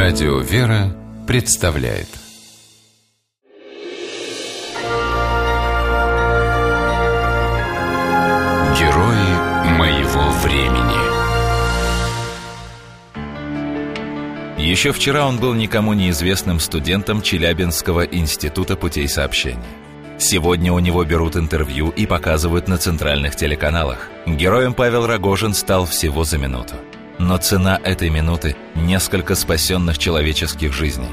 Радио «Вера» представляет Герои моего времени. Еще вчера он был никому неизвестным студентом Челябинского института путей сообщения. Сегодня у него берут интервью и показывают на центральных телеканалах. Героем Павел Рогожин стал всего за минуту. Но цена этой минуты – несколько спасенных человеческих жизней.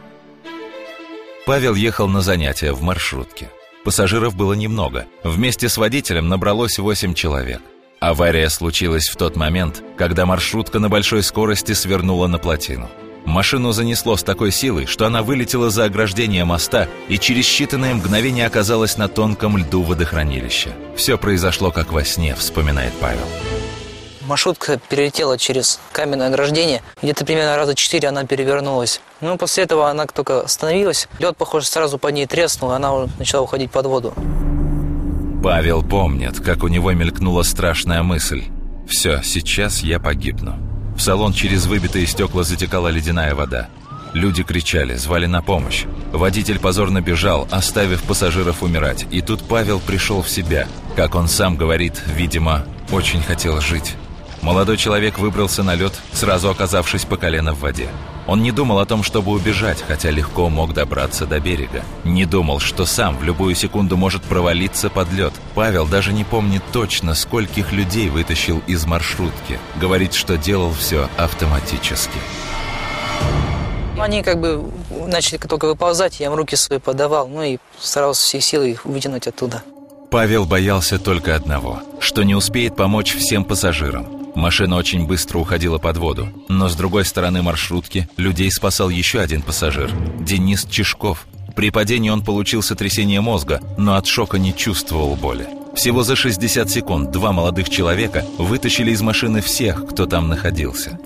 Павел ехал на занятия в маршрутке. Пассажиров было немного. Вместе с водителем набралось 8 человек. Авария случилась в тот момент, когда маршрутка на большой скорости свернула на плотину. Машину занесло с такой силой, что она вылетела за ограждение моста и через считанные мгновения оказалась на тонком льду водохранилища. Все произошло как во сне, вспоминает Павел. Маршрутка перелетела через каменное ограждение. Где-то примерно раза 4 она перевернулась. После этого она только остановилась. Лед, похоже, сразу под ней треснул, и она начала уходить под воду. Павел помнит, как у него мелькнула страшная мысль. «Все, сейчас я погибну». В салон через выбитые стекла затекала ледяная вода. Люди кричали, звали на помощь. Водитель позорно бежал, оставив пассажиров умирать. И тут Павел пришел в себя. Как он сам говорит, видимо, очень хотел жить. Молодой человек выбрался на лед, сразу оказавшись по колено в воде. Он не думал о том, чтобы убежать, хотя легко мог добраться до берега. Не думал, что сам в любую секунду может провалиться под лед. Павел даже не помнит точно, скольких людей вытащил из маршрутки. Говорит, что делал все автоматически. Они начали только выползать, я им руки свои подавал, и старался всей силой их вытянуть оттуда. Павел боялся только одного, что не успеет помочь всем пассажирам. Машина очень быстро уходила под воду, но с другой стороны маршрутки людей спасал еще один пассажир – Денис Чешков. При падении он получил сотрясение мозга, но от шока не чувствовал боли. Всего за 60 секунд 2 молодых человека вытащили из машины всех, кто там находился.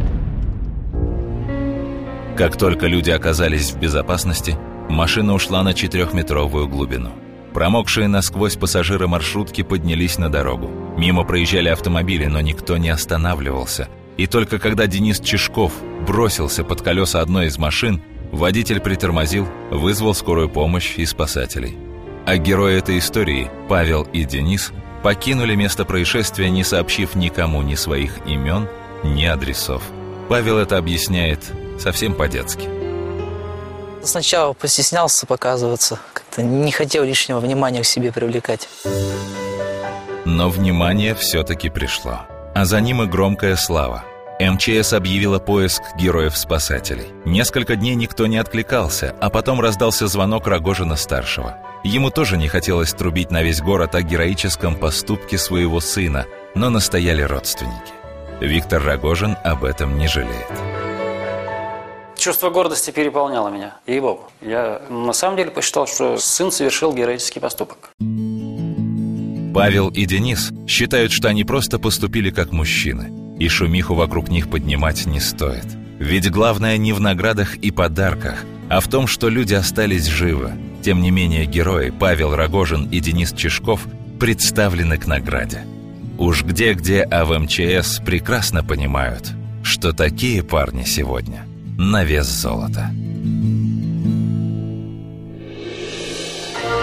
Как только люди оказались в безопасности, машина ушла на 4-метровую глубину. Промокшие насквозь пассажиры маршрутки поднялись на дорогу. Мимо проезжали автомобили, но никто не останавливался. И только когда Денис Чешков бросился под колеса одной из машин, водитель притормозил, вызвал скорую помощь и спасателей. А герои этой истории, Павел и Денис, покинули место происшествия, не сообщив никому ни своих имен, ни адресов. Павел это объясняет совсем по-детски. Сначала постеснялся показываться, как-то не хотел лишнего внимания к себе привлекать. Но внимание все-таки пришло. А за ним и громкая слава. МЧС объявила поиск героев-спасателей. Несколько дней никто не откликался, а потом раздался звонок Рогожина-старшего. Ему тоже не хотелось трубить на весь город о героическом поступке своего сына, но настояли родственники. Виктор Рогожин об этом не жалеет. Чувство гордости переполняло меня, ей-богу. Я на самом деле посчитал, что сын совершил героический поступок. Павел и Денис считают, что они просто поступили как мужчины, и шумиху вокруг них поднимать не стоит. Ведь главное не в наградах и подарках, а в том, что люди остались живы. Тем не менее, герои Павел Рогожин и Денис Чешков представлены к награде. Уж где-где, а в МЧС прекрасно понимают, что такие парни сегодня на вес золота.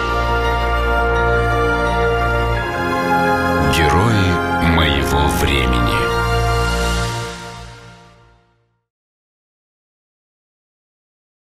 Герои моего времени.